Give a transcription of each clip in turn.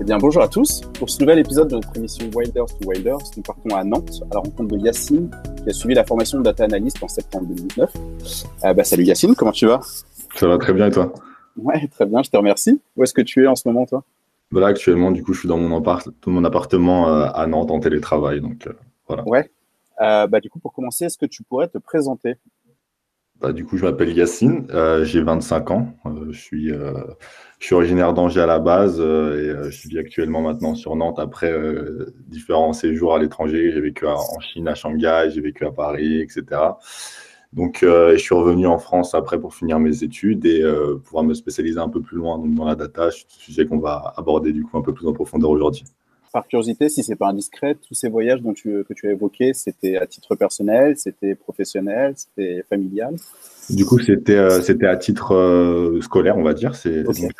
Eh bien, bonjour à tous. Pour ce nouvel épisode de notre émission Wilders to Wilders, nous partons à Nantes à la rencontre de Yacine, qui a suivi la formation de data analyst en septembre 2019. Salut Yacine, comment tu vas? Ça va très bien et toi? Ouais, très bien, je te remercie. Où est-ce que tu es en ce moment, toi? Là, actuellement, du coup, je suis dans mon appartement à Nantes en télétravail. Donc, voilà. Ouais. Du coup, pour commencer, est-ce que tu pourrais te présenter? Du coup, je m'appelle Yacine, j'ai 25 ans. Je suis originaire d'Angers à la base je vis actuellement maintenant sur Nantes après différents séjours à l'étranger. J'ai vécu en Chine, à Shanghai, j'ai vécu à Paris, etc. Donc, je suis revenu en France après pour finir mes études et pouvoir me spécialiser un peu plus loin donc, dans la data, sujet qu'on va aborder du coup un peu plus en profondeur aujourd'hui. Par curiosité, si c'est pas indiscret, tous ces voyages que tu as évoqués, c'était à titre personnel, c'était professionnel, c'était familial? Du coup, c'était à titre scolaire, on va dire. Ok. Donc,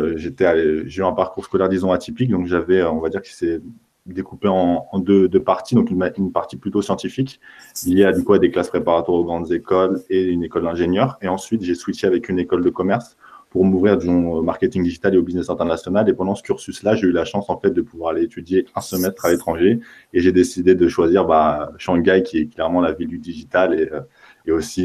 j'ai eu un parcours scolaire, disons, atypique. Donc, on va dire que c'est découpé en deux parties. Donc, une partie plutôt scientifique, liée du coup, à des classes préparatoires aux grandes écoles et une école d'ingénieur. Et ensuite, j'ai switché avec une école de commerce pour m'ouvrir, disons, au marketing digital et au business international. Et pendant ce cursus-là, j'ai eu la chance, en fait, de pouvoir aller étudier un semestre à l'étranger. Et j'ai décidé de choisir Shanghai, qui est clairement la ville du digital et aussi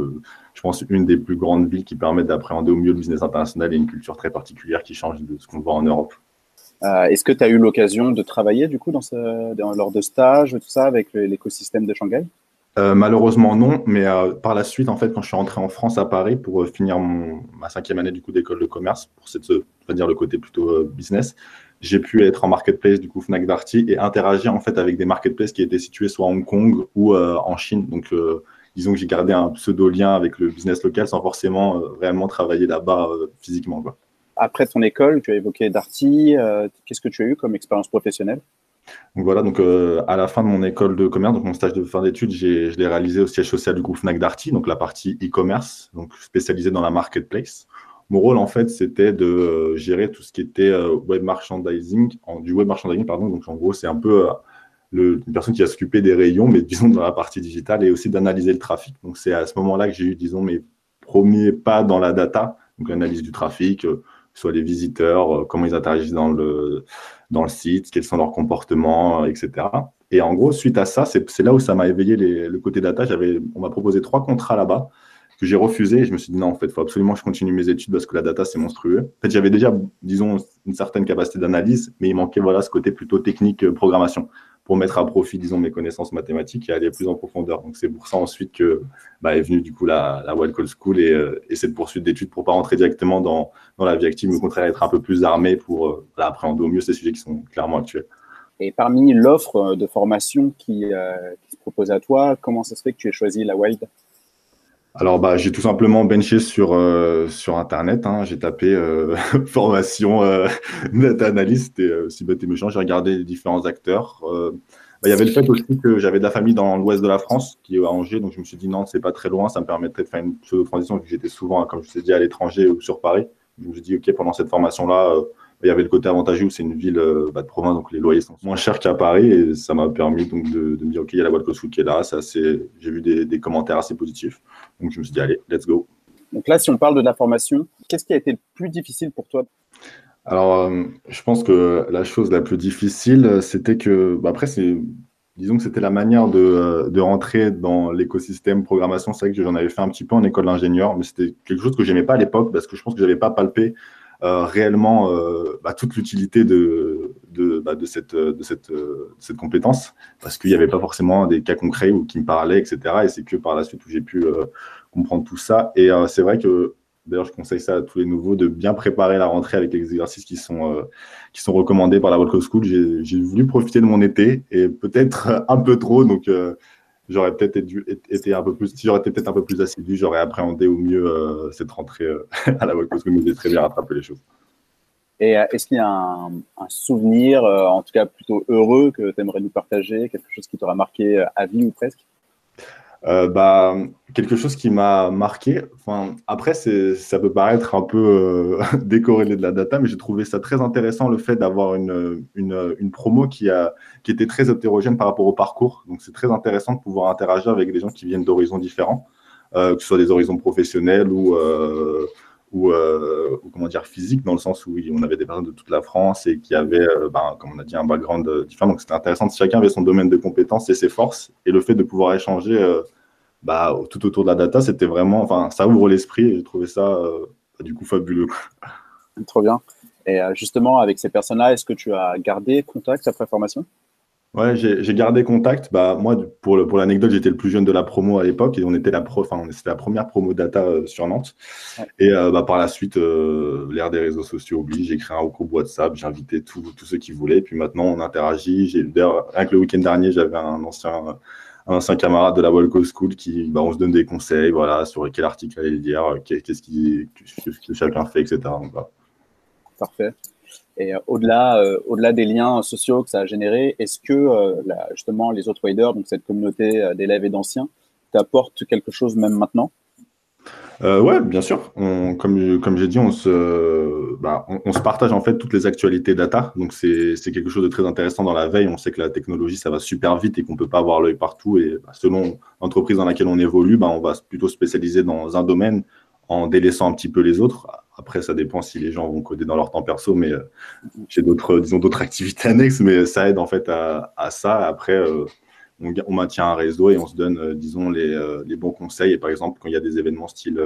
je pense, une des plus grandes villes qui permettent d'appréhender au mieux le business international et une culture très particulière qui change de ce qu'on voit en Europe. Est-ce que tu as eu l'occasion de travailler du coup lors de stages, tout ça, avec l'écosystème de Shanghai? Malheureusement non, mais par la suite, en fait, quand je suis rentré en France à Paris pour finir ma 5e année du coup d'école de commerce, pour on va dire le côté plutôt business, j'ai pu être en marketplace du coup Fnac Darty et interagir en fait avec des marketplaces qui étaient situés soit à Hong Kong ou en Chine. Donc disons que j'ai gardé un pseudo lien avec le business local sans forcément réellement travailler là-bas physiquement, quoi. Après ton école, tu as évoqué Darty. Qu'est-ce que tu as eu comme expérience professionnelle? Donc voilà, à la fin de mon école de commerce, donc mon stage de fin d'études, je l'ai réalisé au siège social du groupe Fnac Darty, donc la partie e-commerce, donc spécialisée dans la marketplace. Mon rôle, en fait, c'était de gérer tout ce qui était web merchandising, du web merchandising, pardon. Donc en gros, c'est un peu une personne qui va s'occuper des rayons, mais disons dans la partie digitale et aussi d'analyser le trafic. Donc c'est à ce moment-là que j'ai eu, disons, mes premiers pas dans la data, donc l'analyse du trafic, soit les visiteurs, comment ils interagissent dans le site, quels sont leurs comportements, etc. Et en gros, suite à ça, c'est là où ça m'a éveillé le côté data. On m'a proposé 3 contrats là-bas que j'ai refusé. Et je me suis dit non, en fait, il faut absolument que je continue mes études parce que la data, c'est monstrueux. En fait, j'avais déjà, disons, une certaine capacité d'analyse, mais il manquait ce côté plutôt technique, programmation, pour mettre à profit, disons, mes connaissances mathématiques et aller plus en profondeur. Donc, c'est pour ça ensuite que est venue du coup la Wild Call School et cette poursuite d'études pour ne pas rentrer directement dans la vie active, mais au contraire être un peu plus armé pour appréhender au mieux ces sujets qui sont clairement actuels. Et parmi l'offre de formation qui se propose à toi, comment ça se fait que tu aies choisi la Wild? Alors, j'ai tout simplement benché sur Internet, hein. J'ai tapé formation data analyst et si bête et méchant, j'ai regardé les différents acteurs. Il y avait le fait aussi que j'avais de la famille dans l'ouest de la France, qui est à Angers, donc je me suis dit non, c'est pas très loin, ça me permettrait de faire une pseudo-transition, vu que j'étais souvent, comme je vous ai dit, à l'étranger ou sur Paris. Je me suis dit, OK, pendant cette formation-là, il y avait le côté avantageux où c'est une ville de province, donc les loyers sont moins chers qu'à Paris, et ça m'a permis donc de me dire, OK, il y a la Wild Call School qui est là, j'ai vu des commentaires assez positifs, donc je me suis dit, allez, let's go. Donc là, si on parle de la formation, qu'est-ce qui a été le plus difficile pour toi? Alors, je pense que la chose la plus difficile, c'était que, disons que c'était la manière de rentrer dans l'écosystème programmation. C'est vrai que j'en avais fait un petit peu en école d'ingénieur, mais c'était quelque chose que j'aimais pas à l'époque parce que je pense que j'avais pas palpé réellement toute l'utilité de cette compétence parce qu'il n'y avait pas forcément des cas concrets ou qui me parlaient, etc. Et c'est que par la suite où j'ai pu comprendre tout ça. Et c'est vrai que d'ailleurs, je conseille ça à tous les nouveaux de bien préparer la rentrée avec les exercices qui sont recommandés par la Wild Call School. J'ai voulu profiter de mon été et peut-être un peu trop. Donc, j'aurais peut-être été un peu plus, si j'aurais été peut-être un peu plus assidu, j'aurais appréhendé au mieux cette rentrée à la Wild Call School, mais j'ai très bien rattrapé les choses. Et est-ce qu'il y a un souvenir, en tout cas plutôt heureux, que tu aimerais nous partager, quelque chose qui t'aura marqué à vie ou presque? Quelque chose qui m'a marqué. Enfin, après, ça peut paraître un peu décorrélé de la data, mais j'ai trouvé ça très intéressant le fait d'avoir une promo qui était très hétérogène par rapport au parcours. Donc, c'est très intéressant de pouvoir interagir avec des gens qui viennent d'horizons différents, que ce soit des horizons professionnels ou comment dire, physique, dans le sens où on avait des personnes de toute la France et qui avaient, comme on a dit, un background différent. Donc, c'était intéressant. Chacun avait son domaine de compétences et ses forces. Et le fait de pouvoir échanger tout autour de la data, c'était vraiment, enfin, ça ouvre l'esprit et j'ai trouvé ça, du coup, fabuleux. Trop bien. Et justement, avec ces personnes-là, est-ce que tu as gardé contact après formation? Ouais, j'ai gardé contact. Moi, pour l'anecdote, j'étais le plus jeune de la promo à l'époque et on était c'était la première promo data sur Nantes. Ouais. Et par la suite, l'ère des réseaux sociaux oblige, j'ai créé un groupe WhatsApp, j'ai invité tous ceux qui voulaient. Et puis maintenant, on interagit. D'ailleurs, rien que le week-end dernier, j'avais un ancien camarade de la Walco School on se donne des conseils, voilà, sur quel article aller lire, qu'est-ce que chacun fait, etc. Donc, voilà. Parfait. Et au-delà des liens sociaux que ça a généré, est-ce que justement les autres waders, donc cette communauté d'élèves et d'anciens, t'apportent quelque chose même maintenant? Ouais, bien sûr. Comme j'ai dit, on se partage en fait toutes les actualités data. Donc, c'est quelque chose de très intéressant dans la veille. On sait que la technologie, ça va super vite et qu'on ne peut pas avoir l'œil partout. Et selon l'entreprise dans laquelle on évolue, on va plutôt spécialiser dans un domaine en délaissant un petit peu les autres. Après, ça dépend si les gens vont coder dans leur temps perso, mais j'ai d'autres activités annexes, mais ça aide en fait à ça. Après, on maintient un réseau et on se donne, disons, les bons conseils. Et par exemple, quand il y a des événements style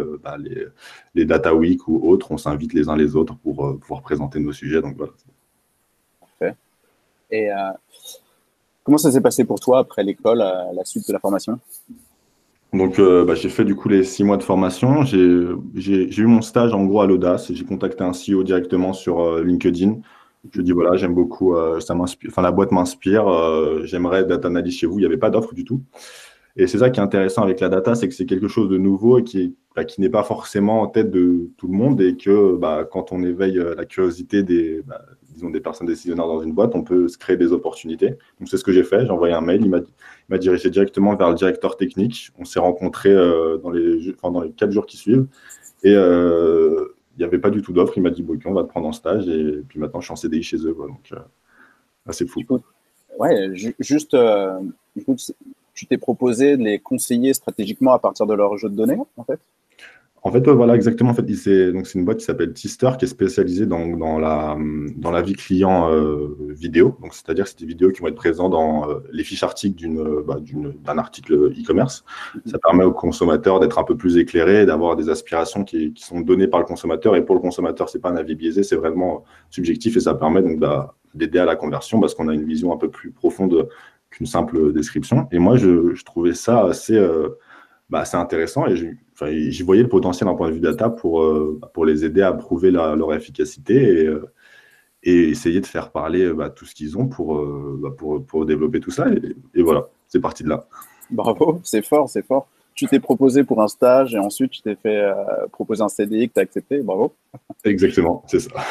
les Data Week ou autres, on s'invite les uns les autres pour pouvoir présenter nos sujets. Donc voilà. Parfait. Et comment ça s'est passé pour toi après l'école, à la suite de la formation? Donc, j'ai fait du coup les 6 mois de formation. J'ai eu mon stage en gros à l'Audace. J'ai contacté un CEO directement sur LinkedIn. Je dis voilà, j'aime beaucoup, ça m'inspire, enfin la boîte m'inspire, j'aimerais data analyst chez vous. Il n'y avait pas d'offre du tout. Et c'est ça qui est intéressant avec la data, c'est que c'est quelque chose de nouveau et qui n'est pas forcément en tête de tout le monde et que quand on éveille la curiosité disons des personnes décisionnaires dans une boîte, on peut se créer des opportunités. Donc c'est ce que j'ai fait, j'ai envoyé un mail, il m'a dirigé directement vers le directeur technique. On s'est rencontrés dans les 4 jours qui suivent et il n'y avait pas du tout d'offre. Il m'a dit bon, ok, on va te prendre en stage et puis maintenant je suis en CDI chez eux. Donc c'est fou. Du coup, ouais, juste, du coup, tu t'es proposé de les conseiller stratégiquement à partir de leur jeu de données, en fait? En fait, ouais, voilà, exactement. En fait, c'est une boîte qui s'appelle Tister, qui est spécialisée dans la vie client vidéo. Donc, c'est-à-dire que c'est des vidéos qui vont être présentes dans les fiches articles d'un article e-commerce. Ça permet aux consommateurs d'être un peu plus éclairés, d'avoir des aspirations qui sont données par le consommateur. Et pour le consommateur, c'est pas un avis biaisé, c'est vraiment subjectif et ça permet donc d'aider à la conversion parce qu'on a une vision un peu plus profonde qu'une simple description. Et moi, je trouvais ça assez intéressant et j'y voyais le potentiel d'un point de vue data pour les aider à prouver leur efficacité et essayer de faire parler tout ce qu'ils ont pour développer tout ça. Et voilà, c'est parti de là. Bravo, c'est fort, c'est fort. Tu t'es proposé pour un stage et ensuite tu t'es fait proposer un CDI que tu as accepté. Bravo. Exactement, c'est ça.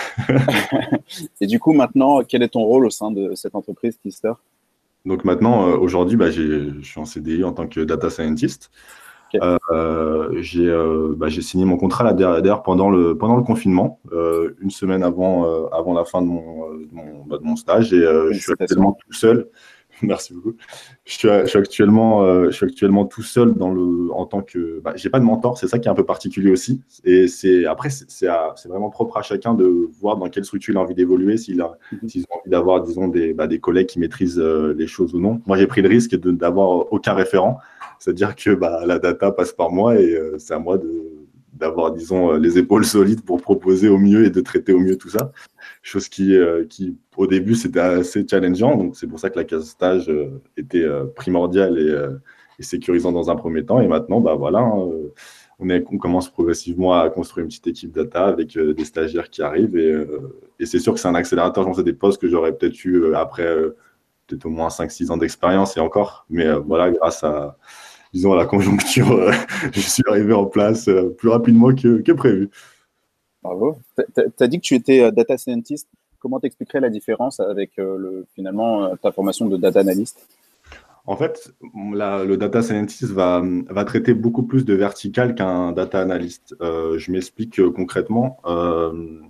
Et du coup, maintenant, quel est ton rôle au sein de cette entreprise, Tister? Donc maintenant, aujourd'hui, je suis en CDI en tant que data scientist. Okay. J'ai signé mon contrat là, d'ailleurs pendant le confinement, une semaine avant la fin de mon stage. Et je suis actuellement tout seul. Merci beaucoup. Je suis actuellement tout seul en tant que. J'ai pas de mentor, c'est ça qui est un peu particulier aussi. Et c'est vraiment propre à chacun de voir dans quelle structure il a envie d'évoluer, s'ils ont envie d'avoir, disons, des collègues qui maîtrisent les choses ou non. Moi, j'ai pris le risque d'avoir aucun référent, c'est-à-dire que la data passe par moi et c'est à moi d'avoir, disons, les épaules solides pour proposer au mieux et de traiter au mieux tout ça. Chose qui au début, c'était assez challengeant. Donc, c'est pour ça que la case stage était primordiale et sécurisante dans un premier temps. Et maintenant, voilà, on commence progressivement à construire une petite équipe data avec des stagiaires qui arrivent. Et c'est sûr que c'est un accélérateur. J'en sais des postes que j'aurais peut-être eu après peut-être au moins 5-6 ans d'expérience et encore. Mais voilà, grâce à, disons, à la conjoncture, je suis arrivé en place plus rapidement que prévu. Bravo. Tu as dit que tu étais data scientist. Comment t'expliquerais la différence avec finalement ta formation de data analyst? En fait, le data scientist va traiter beaucoup plus de vertical qu'un data analyst. Je m'explique concrètement.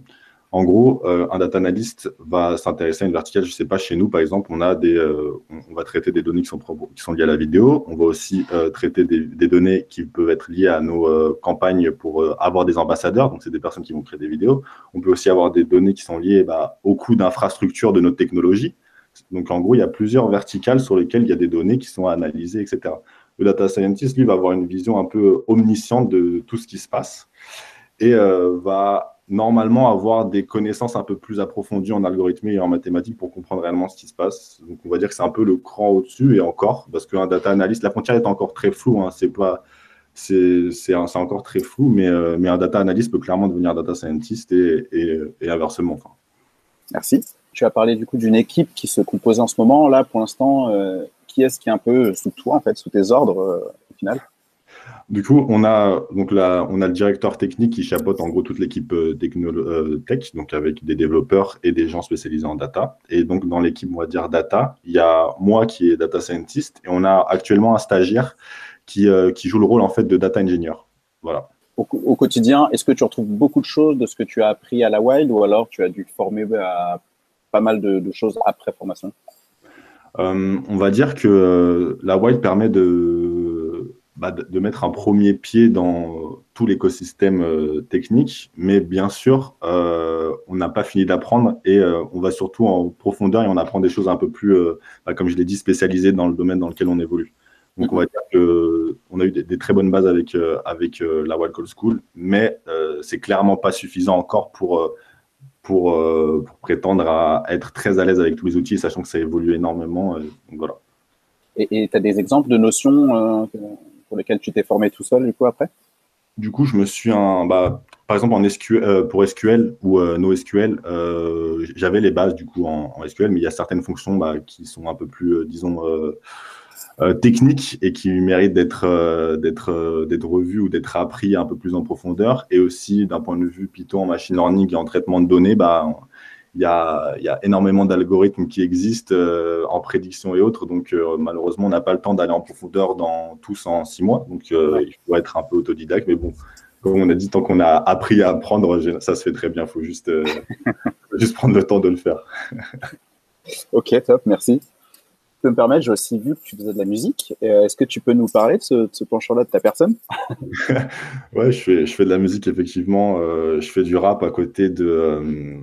En gros, un data analyst va s'intéresser à une verticale. Je ne sais pas, chez nous, par exemple, on va traiter des données qui sont liées à la vidéo. On va aussi traiter des données qui peuvent être liées à nos campagnes pour avoir des ambassadeurs. Donc, c'est des personnes qui vont créer des vidéos. On peut aussi avoir des données qui sont liées au coût d'infrastructure de notre technologie. Donc, en gros, il y a plusieurs verticales sur lesquelles il y a des données qui sont analysées, etc. Le data scientist, lui, va avoir une vision un peu omnisciente de tout ce qui se passe et va normalement avoir des connaissances un peu plus approfondies en algorithmie et en mathématiques pour comprendre réellement ce qui se passe. Donc, on va dire que c'est un peu le cran au-dessus et encore, parce qu'un data analyst, la frontière est encore très floue, hein, c'est encore très flou, mais un data analyst peut clairement devenir data scientist et inversement. Enfin. Merci. Tu as parlé du coup d'une équipe qui se compose en ce moment. Là, pour l'instant, qui est-ce qui est un peu sous toi, en fait, sous tes ordres, au final? Du coup, on a le directeur technique qui chapeaute en gros toute l'équipe tech, donc avec des développeurs et des gens spécialisés en data. Et donc, dans l'équipe, on va dire data, il y a moi qui est data scientist et on a actuellement un stagiaire qui joue le rôle en fait de data engineer. Voilà. Au quotidien, est-ce que tu retrouves beaucoup de choses de ce que tu as appris à la Wild ou alors tu as dû te former à pas mal de choses après formation? On va dire que la Wild permet de mettre un premier pied dans tout l'écosystème technique, mais bien sûr, on n'a pas fini d'apprendre et on va surtout en profondeur et on apprend des choses un peu plus, comme je l'ai dit, spécialisées dans le domaine dans lequel on évolue. Donc, on va dire qu'on a eu des très bonnes bases avec la Wild Call School, mais c'est clairement pas suffisant encore pour prétendre à être très à l'aise avec tous les outils, sachant que ça évolue énormément. Donc voilà. Et tu as des exemples de notions pour lesquelles tu t'es formé tout seul, du coup, après? Du coup, je me suis par exemple en SQL, pour SQL ou NoSQL, j'avais les bases du coup en SQL, mais il y a certaines fonctions qui sont un peu plus, disons, techniques et qui méritent d'être revues ou d'être appris un peu plus en profondeur. Et aussi, d'un point de vue Python en machine learning et en traitement de données, il y a énormément d'algorithmes qui existent en prédiction et autres. Donc, malheureusement, on n'a pas le temps d'aller en profondeur dans tous en 6 mois. Donc, il faut être un peu autodidacte. Mais bon, comme on a dit, tant qu'on a appris à apprendre, ça se fait très bien. Il faut juste prendre le temps de le faire. Ok, top, merci. Tu peux me permettre, j'ai aussi vu que tu faisais de la musique. Est-ce que tu peux nous parler de ce penchant-là de ta personne? Ouais, je fais de la musique, effectivement. Je fais du rap à côté de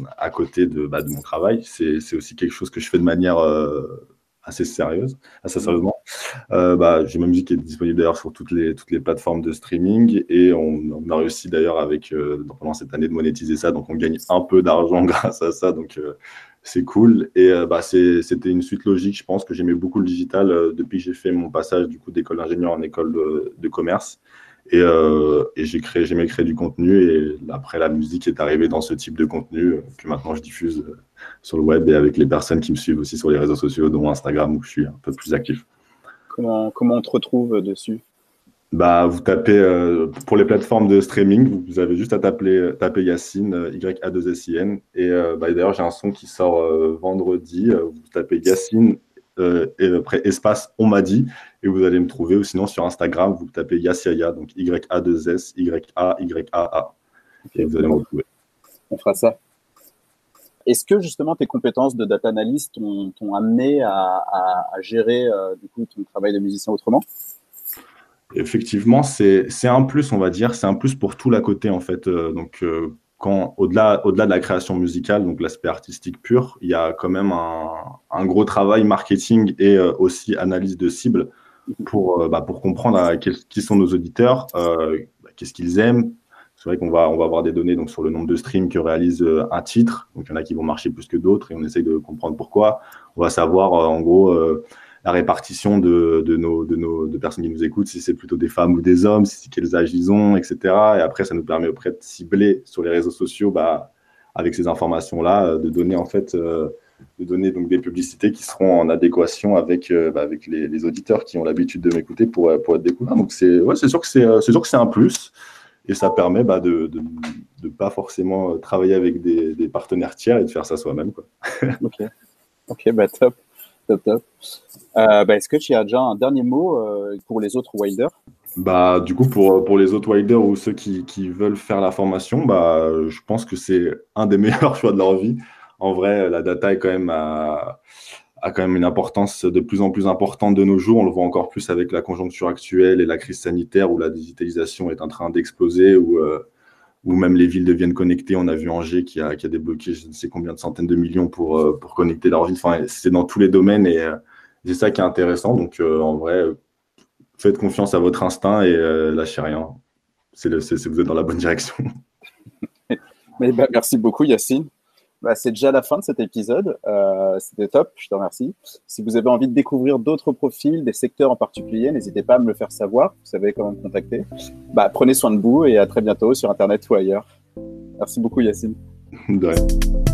mon travail. C'est aussi quelque chose que je fais de manière assez sérieuse, assez sérieusement. J'ai ma musique qui est disponible d'ailleurs sur toutes les plateformes de streaming et on a réussi d'ailleurs pendant cette année de monétiser ça. Donc, on gagne un peu d'argent grâce à ça. Donc, c'est cool. Et c'était une suite logique. Je pense que j'aimais beaucoup le digital depuis que j'ai fait mon passage du coup d'école d'ingénieur en école de commerce. Et j'aimais créer du contenu. Et après, la musique est arrivée dans ce type de contenu que maintenant je diffuse sur le web et avec les personnes qui me suivent aussi sur les réseaux sociaux, dont Instagram, où je suis un peu plus actif. Comment on te retrouve dessus? Vous tapez pour les plateformes de streaming, vous avez juste à taper Yacine, Y-A-2-S-I-N. Et d'ailleurs, j'ai un son qui sort vendredi. Vous tapez Yacine et après espace, on m'a dit, et vous allez me trouver. Ou sinon, sur Instagram, vous tapez Yassiaya, donc Y-A-2-S, Y-A-Y-A-A. Okay, et vous allez me retrouver. On fera ça. Est-ce que justement tes compétences de data analyst t'ont amené à gérer du coup ton travail de musicien autrement? Effectivement, c'est un plus, on va dire. C'est un plus pour tout l'à côté, en fait. Au-delà de la création musicale, donc l'aspect artistique pur, il y a quand même un gros travail marketing et aussi analyse de cible pour comprendre qui sont nos auditeurs, qu'est-ce qu'ils aiment. C'est vrai qu'on va avoir des données donc, sur le nombre de streams que réalise un titre. Donc, il y en a qui vont marcher plus que d'autres et on essaye de comprendre pourquoi. On va savoir, en gros, la répartition de personnes qui nous écoutent, si c'est plutôt des femmes ou des hommes, quels âges ils ont, etc. Et après, ça nous permet après de cibler sur les réseaux sociaux, avec ces informations-là, de donner en fait, de donner donc des publicités qui seront en adéquation avec les auditeurs qui ont l'habitude de m'écouter pour être découverts. Donc c'est sûr que c'est un plus et ça permet de pas forcément travailler avec des partenaires tiers et de faire ça soi-même, quoi. Ok, top. Est-ce que tu as déjà un dernier mot pour les autres wilders? Bah, du coup, pour les autres waders ou ceux qui veulent faire la formation, bah, je pense que c'est un des meilleurs choix de leur vie. En vrai, la data est quand même a quand même une importance de plus en plus importante de nos jours. On le voit encore plus avec la conjoncture actuelle et la crise sanitaire où la digitalisation est en train d'exploser, où même les villes deviennent connectées. On a vu Angers qui a débloqué je ne sais combien de centaines de millions pour connecter leur ville. Enfin, c'est dans tous les domaines et c'est ça qui est intéressant. Donc, en vrai, faites confiance à votre instinct et lâchez rien. Vous êtes dans la bonne direction. Mais bah, merci beaucoup, Yacine. Bah, c'est déjà la fin de cet épisode. C'était top, je te remercie. Si vous avez envie de découvrir d'autres profils, des secteurs en particulier, n'hésitez pas à me le faire savoir. Vous savez comment me contacter. Bah, prenez soin de vous et à très bientôt sur Internet ou ailleurs. Merci beaucoup, Yacine. De rien.